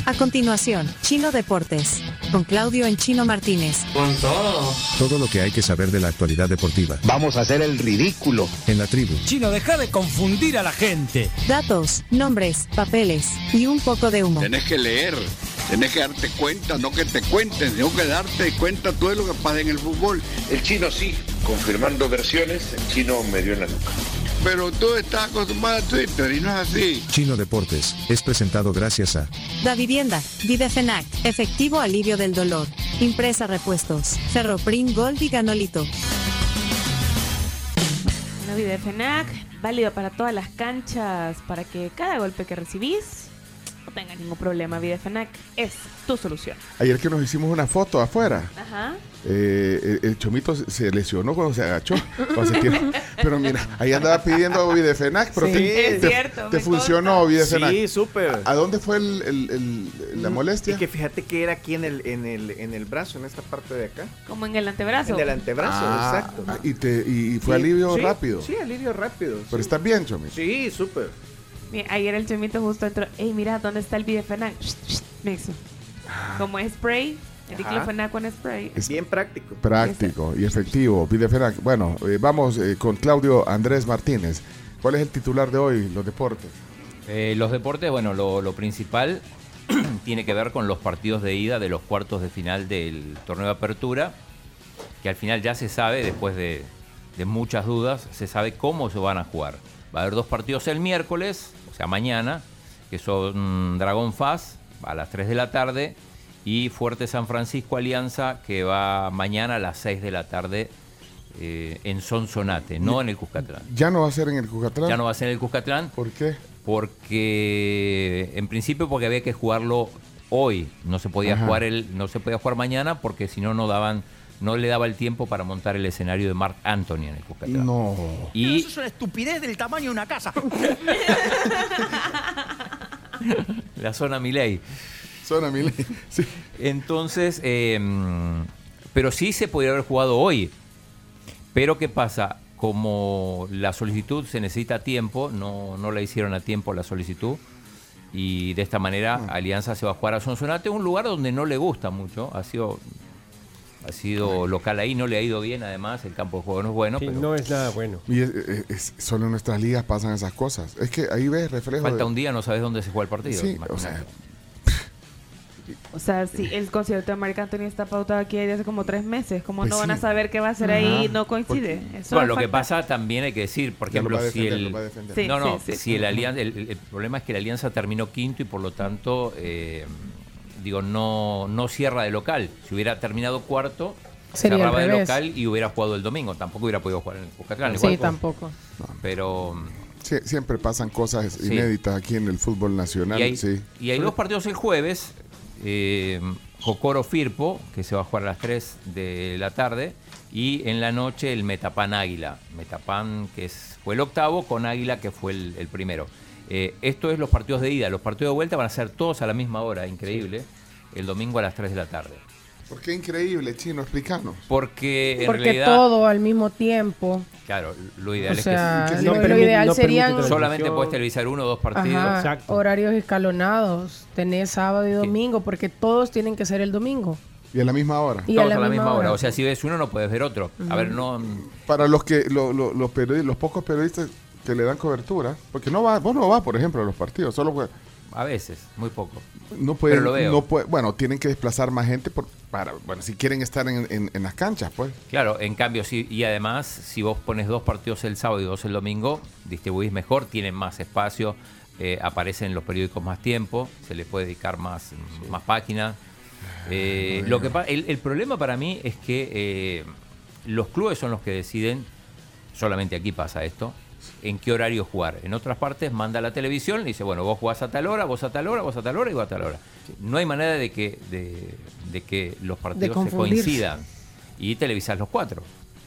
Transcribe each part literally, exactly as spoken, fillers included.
A continuación, Chino Deportes, con Claudio en Chino Martínez. Con todo. Todo lo que hay que saber de la actualidad deportiva. Vamos a hacer el ridículo. En la tribu. Chino, deja de confundir a la gente. Datos, nombres, papeles y un poco de humo. Tenés que leer, tenés que darte cuenta, no que te cuenten, sino que darte cuenta todo lo que pasa en el fútbol. El Chino sí, confirmando versiones, el Chino me dio en la nuca. Pero tú estás acostumbrado a Twitter y no es así. Chino Deportes es presentado gracias a Da Vivienda, Videfenac, efectivo alivio del dolor, Impresa Repuestos, Ferroprim Gold y Ganolito. La Videfenac, válido para todas las canchas, para que cada golpe que recibís no tenga ningún problema. Videfenac es tu solución. Ayer que nos hicimos una foto afuera, Ajá. eh, el, el Chomito se lesionó cuando se agachó. Cuando se tiró. Pero mira, ahí andaba pidiendo Videfenac, pero Sí, te, es te, cierto, te me funcionó consta. Videfenac. Sí, súper. ¿A dónde fue el, el, el, la molestia? Y que fíjate que era aquí en el, en el, en el brazo, en esta parte de acá. Como en el antebrazo. En el antebrazo, Ah, exacto. ah, y, te, y, y fue Sí, alivio sí, rápido. Sí, alivio rápido. Pero sí. estás bien, Chomito. Sí, súper. Mira, ayer el Chomito justo entró. Ey, mira, ¿dónde está el Videfenac? Me hizo. Como spray, el Ajá. diclofenac con spray. Es bien práctico. Práctico y efectivo. Videfenac. Bueno, eh, vamos eh, con Claudio Andrés Martínez. ¿Cuál es el titular de hoy, los deportes? Eh, los deportes, bueno, lo, lo principal tiene que ver con los partidos de ida de los cuartos de final del torneo de apertura, que al final ya se sabe, después de, de muchas dudas, se sabe cómo se van a jugar. Va a haber dos partidos el miércoles, o sea, mañana, que son mm, Dragón Faz a las tres de la tarde y Fuerte San Francisco Alianza, que va mañana a las seis de la tarde eh, en Sonsonate, no en el Cuscatlán. ¿Ya no va a ser en el Cuscatlán? Ya no va a ser en el Cuscatlán. ¿Por qué? Porque, en principio, porque había que jugarlo hoy. No se podía Ajá. jugar el, no se podía jugar mañana porque si no, no daban, no le daba el tiempo para montar el escenario de Marc Anthony en el Cuscatlán. No. Y Eso es una estupidez del tamaño de una casa. la zona Milei. Zona Milei. Sí. Entonces, eh, pero sí se podría haber jugado hoy. Pero ¿qué pasa? Como la solicitud se necesita tiempo, no, no la hicieron a tiempo la solicitud. Y de esta manera Alianza se va a jugar a Sonsonate, un lugar donde no le gusta mucho. Ha sido, ha sido local ahí, no le ha ido bien además, el campo de juego no es bueno. Sí, pero no es nada bueno. Y es, es- es- solo en nuestras ligas pasan esas cosas. Es que ahí ves reflejo falta de... un día, no sabes dónde se juega el partido. Sí, imagínate. o sea, O sea, si el concierto de Marc Anthony está pautado aquí desde hace como tres meses, ¿cómo Pues no van sí. a saber qué va a hacer ahí? No coincide. Eso Bueno, lo que falta. pasa también hay que decir, por Ya lo ejemplo, va a si defender, el, lo va a defender. Sí, no, no, sí, sí. si el alianza, el, el- el problema es que la Alianza terminó quinto y por lo tanto, eh, digo, no, no cierra de local. Si hubiera terminado cuarto, Sería al cerraba de revés. local y hubiera jugado el domingo. Tampoco hubiera podido jugar en el Cuscatlán. Sí, igual, tampoco. Pero sie- siempre pasan cosas Sí. inéditas aquí en el fútbol nacional. y hay, sí. y hay dos partidos el jueves. Eh, Jocoro Firpo, que se va a jugar a las tres de la tarde, y en la noche el Metapan Águila. Metapan, que es, fue el octavo, con Águila, que fue el, el primero. Eh, esto es los partidos de ida. Los partidos de vuelta van a ser todos a la misma hora, increíble, el domingo a las tres de la tarde. ¿Por qué increíble, Chino? Explícanos. Porque en Porque realidad, todo al mismo tiempo. claro, lo ideal O es sea, que que lo, no lo permite- ideal no permite serían transmisión. solamente puedes televisar uno o dos partidos. ajá, Exacto. horarios escalonados. Tenés sábado y domingo, porque todos tienen que ser el domingo. Y a la misma hora. Y Todos a la misma hora. O sea, si ves uno no puedes ver otro. A ver, no... Para los que lo- lo- los, periodi- los pocos periodistas que le dan cobertura, porque no va, vos no vas, por ejemplo, a los partidos, solo jue- A veces, muy poco. no pueden, Pero lo veo. no puede- bueno, tienen que desplazar más gente por, para, bueno, si quieren estar en, en- en las canchas, pues. Claro, en cambio, sí, y además, si vos pones dos partidos el sábado y dos el domingo, distribuís mejor, tienen más espacio, eh, aparecen en los periódicos más tiempo, se les puede dedicar más, más páginas. Eh, lo que pa- el, el problema para mí es que eh, los clubes son los que deciden, solamente aquí pasa esto, en qué horario jugar. En otras partes manda la televisión y dice, bueno, vos jugás a tal hora, vos a tal hora, vos a tal hora y vos a tal hora. No hay manera de que, de, de que los partidos se confundirse. coincidan y televisás los cuatro.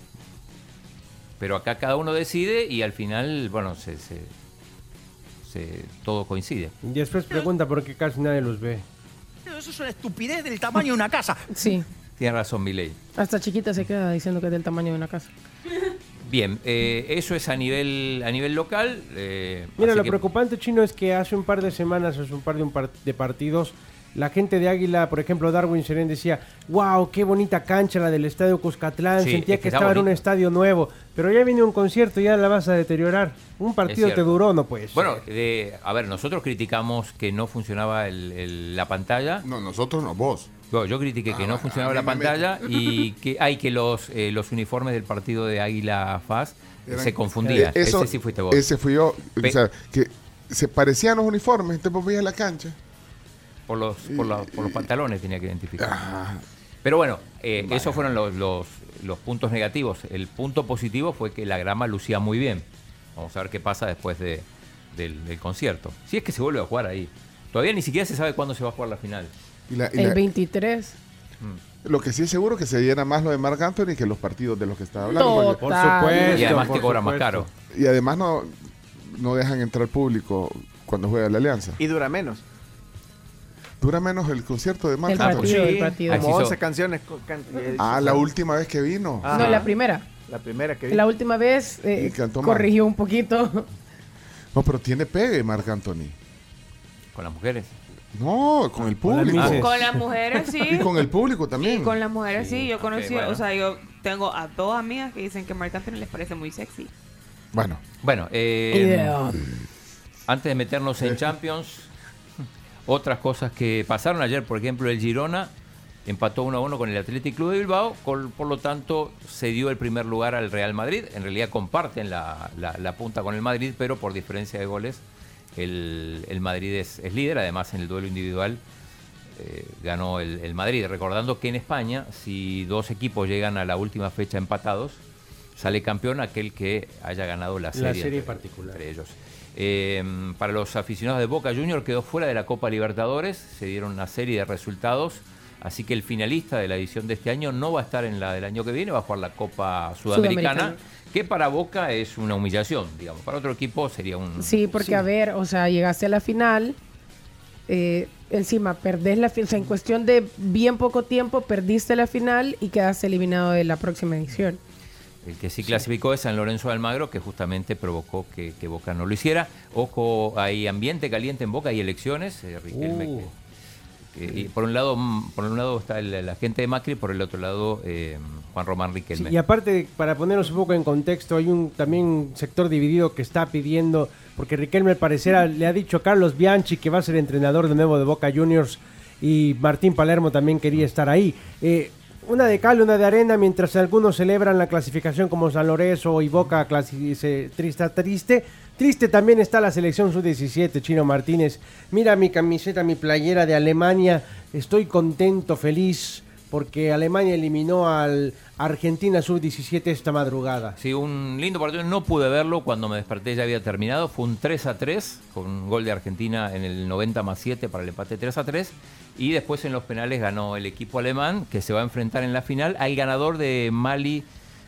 Pero acá cada uno decide y al final, bueno, se, se, se- todo coincide. Y después pregunta por qué casi nadie los ve. Eso es una estupidez del tamaño de una casa. Sí, Tiene razón, Milei. hasta chiquita se queda diciendo que es del tamaño de una casa. Bien, eh, eso es a nivel a nivel local. eh, Mira, así lo que- preocupante, Chino, es que hace un par de semanas, hace un par de, un par de partidos, la gente de Águila, por ejemplo, Darwin Serén decía, wow, qué bonita cancha la del Estadio Cuscatlán, Sí, sentía es que que está estaba en un bonito. estadio nuevo, pero ya viene un concierto y ya la vas a deteriorar. Un partido te cierto. duró, no puede ser. Bueno, de, a ver, nosotros criticamos que no funcionaba el- el- la pantalla. No, nosotros no, vos. Yo, yo critiqué que Ah, no bueno, funcionaba a la mí me pantalla meto. y que hay que los eh, los uniformes del partido de Águila F A S eh, Eran- se confundían. Eh, eso- ese sí fuiste vos. Ese fui yo. Pe- O sea, que se parecían los uniformes, entonces vos veías la cancha. Por los, por, la- por los pantalones tenía que identificar. Ah, Pero bueno, eh, esos fueron los, los, los puntos negativos. El punto positivo fue que la grama lucía muy bien. Vamos a ver qué pasa después de, del, del concierto. Si es que se vuelve a jugar ahí. Todavía ni siquiera se sabe cuándo se va a jugar la final. y la- y El la- veintitrés. lo que sí es seguro que se llena más lo de Marc Anthony que los partidos de los que estaba hablando. porque- Por supuesto. Y además por te cobra más supuesto. caro. y además no, no dejan entrar público cuando juega la Alianza. Y dura menos. Dura menos el concierto de Marc El Anthony. partido, sí. el partido. Así Como son. once canciones. con- can- eh, Ah, la última vez que vino. Ah. No, la primera. La primera que vi. La última vez eh, Y cantó mal. corrigió un poquito. No, pero tiene pegue Marc Anthony. Con las mujeres. No, con el Con las público. mises. Con las mujeres sí. Y con el público también. Y con las mujeres sí, yo conocí, bueno. o sea, yo tengo a dos amigas que dicen que Marc Anthony les parece muy sexy. Bueno, Bueno, eh, Idea. antes de meternos en Champions, otras cosas que pasaron ayer, por ejemplo, el Girona empató uno a uno con el Athletic Club de Bilbao, con- por lo tanto se dio el primer lugar al Real Madrid. En realidad comparten la, la- la punta con el Madrid, pero por diferencia de goles el, el Madrid es, es líder. Además, en el duelo individual eh, ganó el, el Madrid. Recordando que en España, si dos equipos llegan a la última fecha empatados, sale campeón aquel que haya ganado la serie, La serie entre- particular. entre ellos. Eh, para los aficionados de Boca Juniors quedó fuera de la Copa Libertadores, se dieron una serie de resultados, así que el finalista de la edición de este año no va a estar en la del año que viene, va a jugar la Copa Sudamericana, Sudamericana. que para Boca es una humillación, digamos, para otro equipo sería un... Sí, porque a ver, o sea, llegaste a la final, eh, encima perdés la final, o sea, en cuestión de bien poco tiempo perdiste la final y quedaste eliminado de la próxima edición. El que sí clasificó es San Lorenzo de Almagro, que justamente provocó que, que Boca no lo hiciera. Ojo, hay ambiente caliente en Boca, hay elecciones. eh, Riquelme, Uh. que- que- y por un lado mm, por un lado está el, la gente de Macri, por el otro lado eh, Juan Román Riquelme. Sí, y aparte, para ponernos un poco en contexto, hay un también un sector dividido que está pidiendo, porque Riquelme al parecer a- le ha dicho a Carlos Bianchi que va a ser entrenador de nuevo de Boca Juniors y Martín Palermo también quería estar ahí. Eh, una de cal, una de arena, mientras algunos celebran la clasificación como San Lorenzo y Boca clasi- se- triste, triste. Triste también está la selección sub diecisiete, Chino Martínez. Mira mi camiseta, mi playera de Alemania. Estoy contento, feliz, porque Alemania eliminó al Argentina sub diecisiete esta madrugada. Sí, un lindo partido. No pude verlo, cuando me desperté ya había terminado. Fue un tres a tres, con un gol de Argentina en el noventa más siete para el empate tres a tres. Y después en los penales ganó el equipo alemán, que se va a enfrentar en la final al ganador de Mali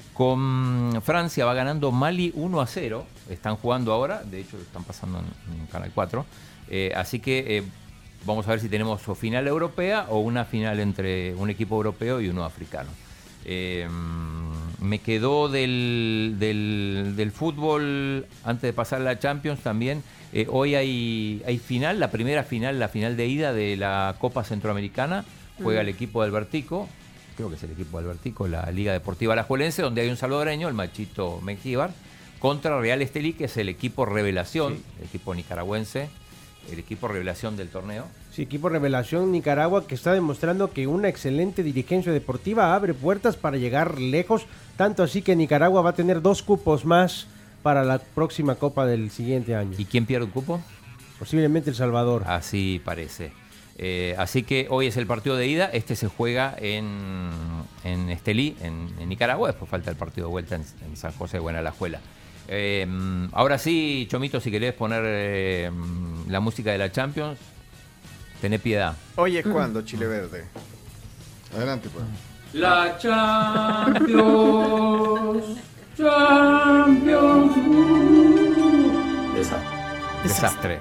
con Francia. Va ganando Mali uno a cero. Están jugando ahora, de hecho lo están pasando en, en Canal cuatro. Eh, así que eh, vamos a ver si tenemos o final europea o una final entre un equipo europeo y uno africano. Eh, me quedó del, del, del fútbol, antes de pasar a la Champions también. Eh, hoy hay, hay final, la primera final, la final de ida de la Copa Centroamericana. Juega el equipo de Albertico, creo que es el equipo de Albertico, la Liga Deportiva Alajuelense, donde hay un salvadoreño, el Machito Mengíbar, contra Real Estelí, que es el equipo revelación, Sí. el equipo nicaragüense, el equipo revelación del torneo. Sí, equipo revelación Nicaragua que está demostrando que una excelente dirigencia deportiva abre puertas para llegar lejos, tanto así que Nicaragua va a tener dos cupos más para la próxima Copa del siguiente año. ¿Y quién pierde un cupo? Posiblemente El Salvador. Así parece. Eh, así que hoy es el partido de ida, este se juega en, en Estelí, en, en Nicaragua, después falta el partido de vuelta en, en San José de Buenalajuela. Eh, ahora sí, Chomito, si querés poner eh, la música de la Champions, tené piedad. Oye, ¿cuándo, Chile Verde? adelante pues. La Champions, Champions. Desastre. Desastre.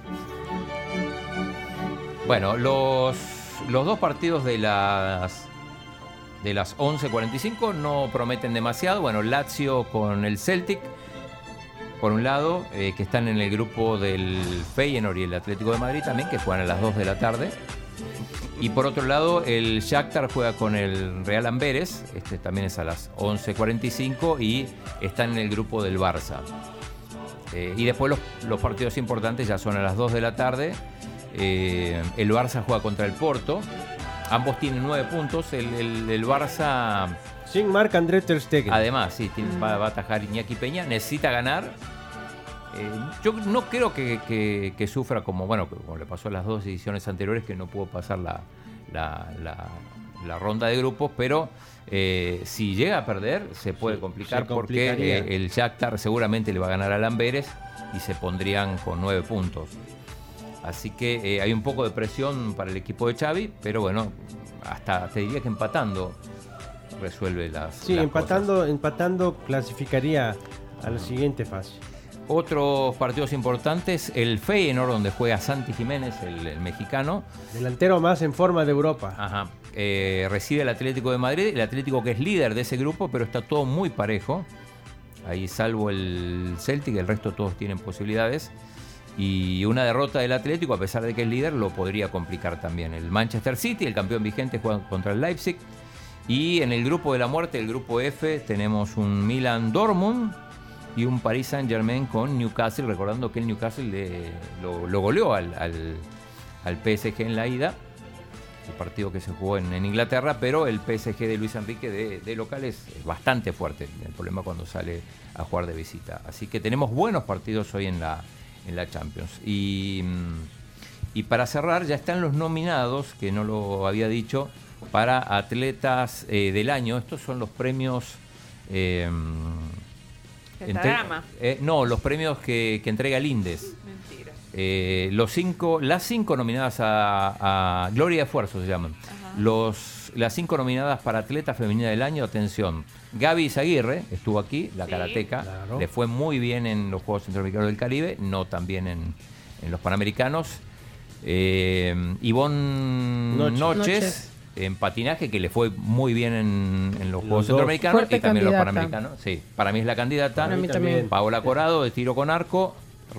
Bueno, los, los dos partidos de las de las once cuarenta y cinco no prometen demasiado. Bueno, Lazio con el Celtic. por un lado, eh, que están en el grupo del Feyenoord y el Atlético de Madrid también, que juegan a las dos de la tarde. Y por otro lado, el Shakhtar juega con el Real Amberes, este también es a las once cuarenta y cinco, y están en el grupo del Barça. Eh, y después los, los partidos importantes ya son a las dos de la tarde. Eh, el Barça juega contra el Porto. Ambos tienen nueve puntos. El, el, el Barça... Sin Marc-André ter Stegen. Además, sí, tiene, va, va a atajar Iñaki Peña. Necesita ganar. Eh, yo no creo que, que, que sufra como, bueno, como le pasó en las dos ediciones anteriores, que no pudo pasar la, la, la, la ronda de grupos, pero eh, si llega a perder se puede complicar, se porque eh, el Shakhtar seguramente le va a ganar al Amberes y se pondrían con nueve puntos. Así que eh, hay un poco de presión para el equipo de Xavi, pero bueno, hasta te diría que empatando resuelve las Sí, las empatando, cosas. empatando clasificaría a la siguiente fase. Otros partidos importantes, el Feyenoord, donde juega Santi Jiménez, el, el mexicano. Delantero más en forma de Europa. Ajá. Eh, recibe el Atlético de Madrid, el Atlético que es líder de ese grupo, pero está todo muy parejo. Ahí salvo el Celtic, el resto todos tienen posibilidades. Y una derrota del Atlético, a pesar de que es líder, lo podría complicar también. El Manchester City, el campeón vigente, juega contra el Leipzig. Y en el grupo de la muerte, el grupo F, tenemos un Milan Dortmund y un Paris Saint-Germain con Newcastle, recordando que el Newcastle le, lo, lo goleó al, al, al P S G en la ida, el partido que se jugó en, en Inglaterra, pero el P S G de Luis Enrique de, de local es bastante fuerte, el problema cuando sale a jugar de visita. Así que tenemos buenos partidos hoy en la, en la Champions. Y, y para cerrar, ya están los nominados, que no lo había dicho, para atletas eh, del año. Estos son los premios... Eh, Entre, eh, no, los premios que, que entrega el INDES. Mentira. Eh, los cinco, las cinco nominadas a, a Gloria de Esfuerzo se llaman. Los, las cinco nominadas para atleta femenina del año, atención. Gaby Izaguirre estuvo aquí, la Sí, karateca. claro. Le fue muy bien en los Juegos Centroamericanos del Caribe, no tan bien en, en los Panamericanos. Eh, Ivonne Noches. Noches. Noches. En patinaje, que le fue muy bien en, en los, Los Juegos dos. Centroamericanos Fuerte y también en los candidata. Panamericanos. Sí, para mí es la candidata. Para mí también. Paola Corado de tiro con arco,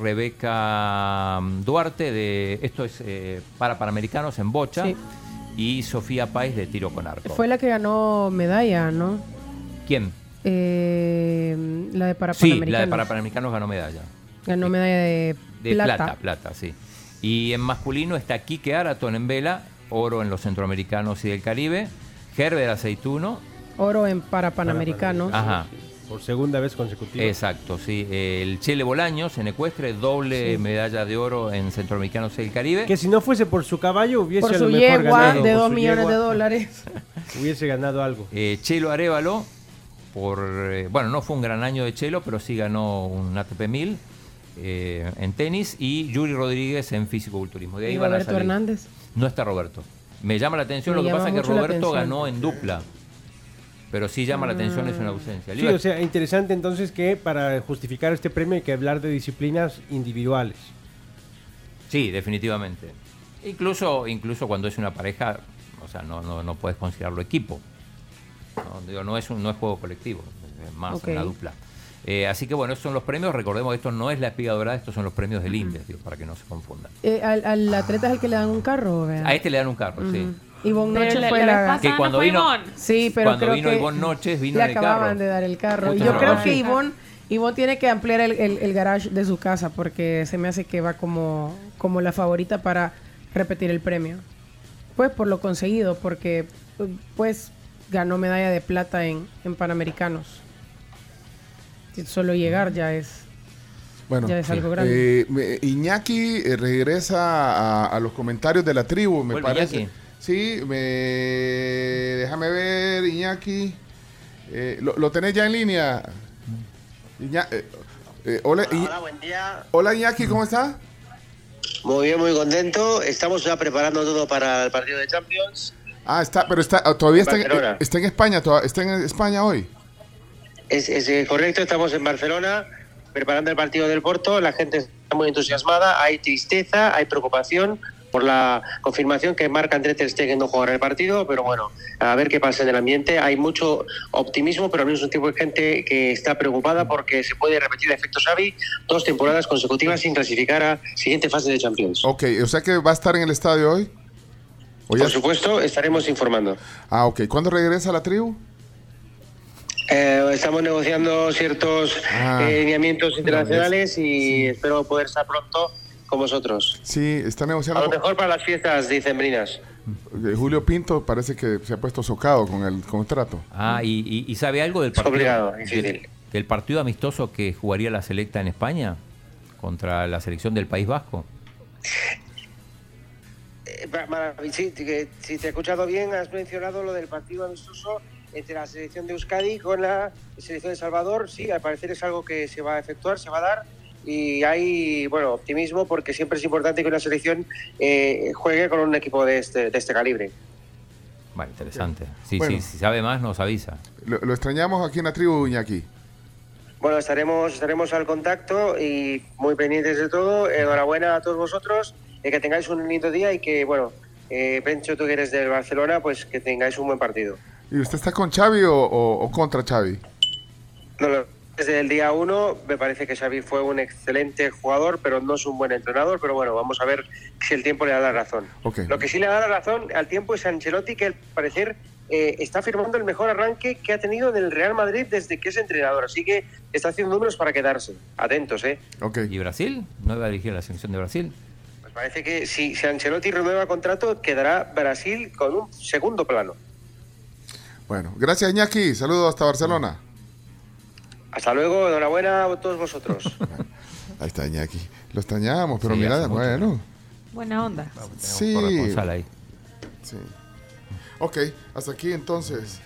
Rebeca Duarte de esto es eh, para Panamericanos en bocha, Sí. y Sofía Páez de tiro con arco. Fue la que ganó medalla, ¿no? ¿Quién? Eh, la de para Sí, Panamericanos. la de para Panamericanos ganó medalla. Ganó medalla de, De plata. plata, plata, sí. Y en masculino está Quique Araton en vela, oro en los Centroamericanos y del Caribe, Herbert Aceituno. Oro en para Panamericanos. Ajá. Por segunda vez consecutiva. Exacto, sí. El Chele Bolaños en ecuestre, doble Sí. medalla de oro en Centroamericanos y del Caribe. Que si no fuese por su caballo, hubiese Por a lo su mejor yegua ganado. de por dos su millones yegua, de dólares. Hubiese ganado algo. Eh, Chelo Arévalo, por, eh, bueno, no fue un gran año de Chelo, pero sí ganó un A T P mil eh, en tenis, y Yuri Rodríguez en físico-culturismo. De ahí Y van a Roberto salir. Hernández. No está Roberto. Me llama la atención, Me lo que llama pasa es que mucho la Roberto atención. ganó en dupla. Pero sí llama la atención, es una ausencia. Sí, o sea, interesante entonces que para justificar este premio hay que hablar de disciplinas individuales. Sí, definitivamente. Incluso, incluso cuando es una pareja, o sea, no, no, no puedes considerarlo equipo. No, digo, no es un, no es juego colectivo, es más Ok. una dupla. Eh, así que bueno, estos son los premios. Recordemos que esto no es la espiga dorada, estos son los premios del INDES, digo, para que no se confundan. Eh, al, al atleta es el que le dan un carro, ¿verdad? A este le dan un carro, sí. Ivonne Pero Noche la- fue la la... vez pasada Que no cuando fue vino- Ivonne. Sí, pero Cuando creo vino que Ivonne Noches, vino le en el acababan carro. de dar el carro. Y Justo yo en creo el que garage. Ivonne, Ivonne tiene que ampliar el, el- el garage de su casa porque se me hace que va como, como la favorita para repetir el premio. Pues por lo conseguido, porque pues ganó medalla de plata en, en Panamericanos. Solo llegar ya es... Bueno, Ya es algo grande. eh, me- Iñaki eh, regresa a, a los comentarios de la tribu, me ¿Vuelve parece. Iñaki? Sí, me... déjame ver, Iñaki. Eh, ¿lo, lo tenés ya en línea? Iña- eh, eh, hola, Hola, I- hola, buen día. hola, Iñaki, ¿cómo estás? Muy bien, muy contento. Estamos ya preparando todo para el partido de Champions. Ah, está, pero está, todavía está en, Barcelona. está en España, toda- está en España hoy. Es, es, eh, correcto, estamos en Barcelona preparando el partido del Porto. La gente está muy entusiasmada. Hay tristeza, hay preocupación por la confirmación que Marc-André ter Stegen no jugará el partido, pero bueno, a ver qué pasa en el ambiente. Hay mucho optimismo, pero al mismo tiempo hay gente que está preocupada porque se puede repetir el efecto Xavi dos temporadas consecutivas sin clasificar a siguiente fase de Champions. Ok, o sea que va a estar en el estadio hoy. Por ya... supuesto, estaremos informando. Ah, ok. ¿Cuándo regresa la tribu? Eh, estamos negociando ciertos ah, eh, lineamientos internacionales sí. y espero poder estar pronto con vosotros. Sí, está negociando. A lo mejor para las fiestas dicembrinas. Julio Pinto parece que se ha puesto socado con el contrato. Ah, ¿y, y, y sabe algo del partido? Obligado, difícil. Del, del partido amistoso que jugaría la selecta en España contra la selección del País Vasco. Eh, sí, que, si te he escuchado bien, has mencionado lo del partido amistoso entre la selección de Euskadi con la selección de Salvador. Sí, al parecer es algo que se va a efectuar, se va a dar, y hay, bueno, optimismo porque siempre es importante que una selección eh, juegue con un equipo de este, de este calibre. Bueno, interesante. Sí, bueno, sí, si sabe más nos avisa. Lo, lo extrañamos aquí en la tribu, Iñaki. Bueno, estaremos, estaremos al contacto y muy pendientes de todo. Enhorabuena a todos vosotros, eh, que tengáis un lindo día y que, bueno, eh, Pencho, tú que eres del Barcelona, pues que tengáis un buen partido. ¿Y usted está con Xavi o, o, o contra Xavi? No, no, desde el día uno me parece que Xavi fue un excelente jugador, pero no es un buen entrenador. Pero bueno, vamos a ver si el tiempo le da la razón. Okay. Lo que sí le da la razón al tiempo es a Ancelotti, que al parecer eh, está firmando el mejor arranque que ha tenido en el Real Madrid desde que es entrenador. Así que está haciendo números para quedarse. Atentos, ¿eh? Okay. ¿Y Brasil? ¿No va a dirigir la selección de Brasil? Pues parece que si, si Ancelotti renueva contrato, quedará Brasil con un segundo plano. Bueno, gracias, Iñaki. Saludos hasta Barcelona. Hasta luego, enhorabuena a todos vosotros. Ahí está Iñaki. Lo extrañamos, pero sí, mira, bueno. Mucho. Buena onda. Sí. Ahí. Sí. Ok, hasta aquí entonces.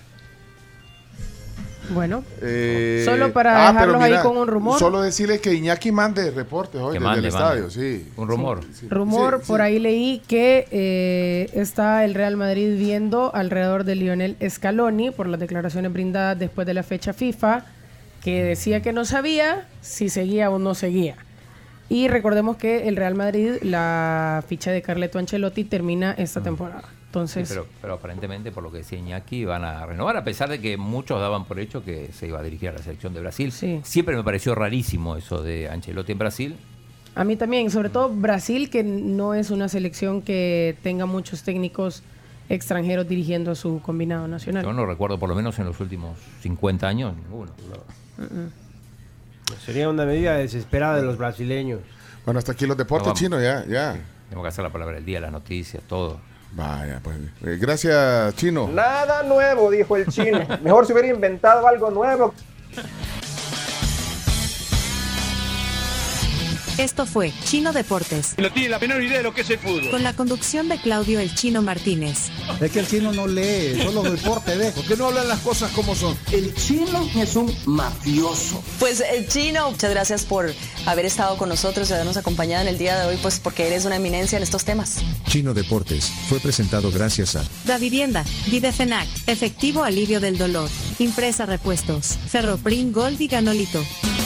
Bueno, eh, solo para ah, dejarlos mira, ahí con un rumor. Solo decirle que Iñaki mande reportes hoy desde mande, el mande. estadio, sí. Un rumor. Sí, sí. Rumor, sí, por sí. ahí leí que eh, está el Real Madrid viendo alrededor de Lionel Scaloni por las declaraciones brindadas después de la fecha FIFA, que decía que no sabía si seguía o no seguía. Y recordemos que el Real Madrid, la ficha de Carleto Ancelotti termina esta temporada. Entonces, sí, pero, pero aparentemente, por lo que decía Iñaki, van a renovar, a pesar de que muchos daban por hecho que se iba a dirigir a la selección de Brasil. Sí. Siempre me pareció rarísimo eso de Ancelotti en Brasil. A mí también, sobre todo Brasil, que no es una selección que tenga muchos técnicos extranjeros dirigiendo a su combinado nacional. Yo no recuerdo, por lo menos en los últimos cincuenta años, ninguno. Uh-uh. Sería una medida desesperada de los brasileños. Bueno, hasta aquí los deportes no, chinos, ya, ya. Tengo que hacer la palabra del día, las noticias, todo. Vaya, pues. Eh, gracias, Chino. Nada nuevo, dijo el chino. Mejor se hubiera inventado algo nuevo. Esto fue Chino Deportes. No tiene la menor idea de lo que es el fútbol. Con la conducción de Claudio El Chino Martínez. Es que el chino no lee, solo deporte ve. ¿Por qué no hablan las cosas como son? El chino es un mafioso. Pues el chino, muchas gracias por haber estado con nosotros y habernos acompañado en el día de hoy, pues porque eres una eminencia en estos temas. Chino Deportes fue presentado gracias a Da Vivienda, Videfenac, efectivo alivio del dolor, Impresa Repuestos, Ferroprim Gold y Ganolito.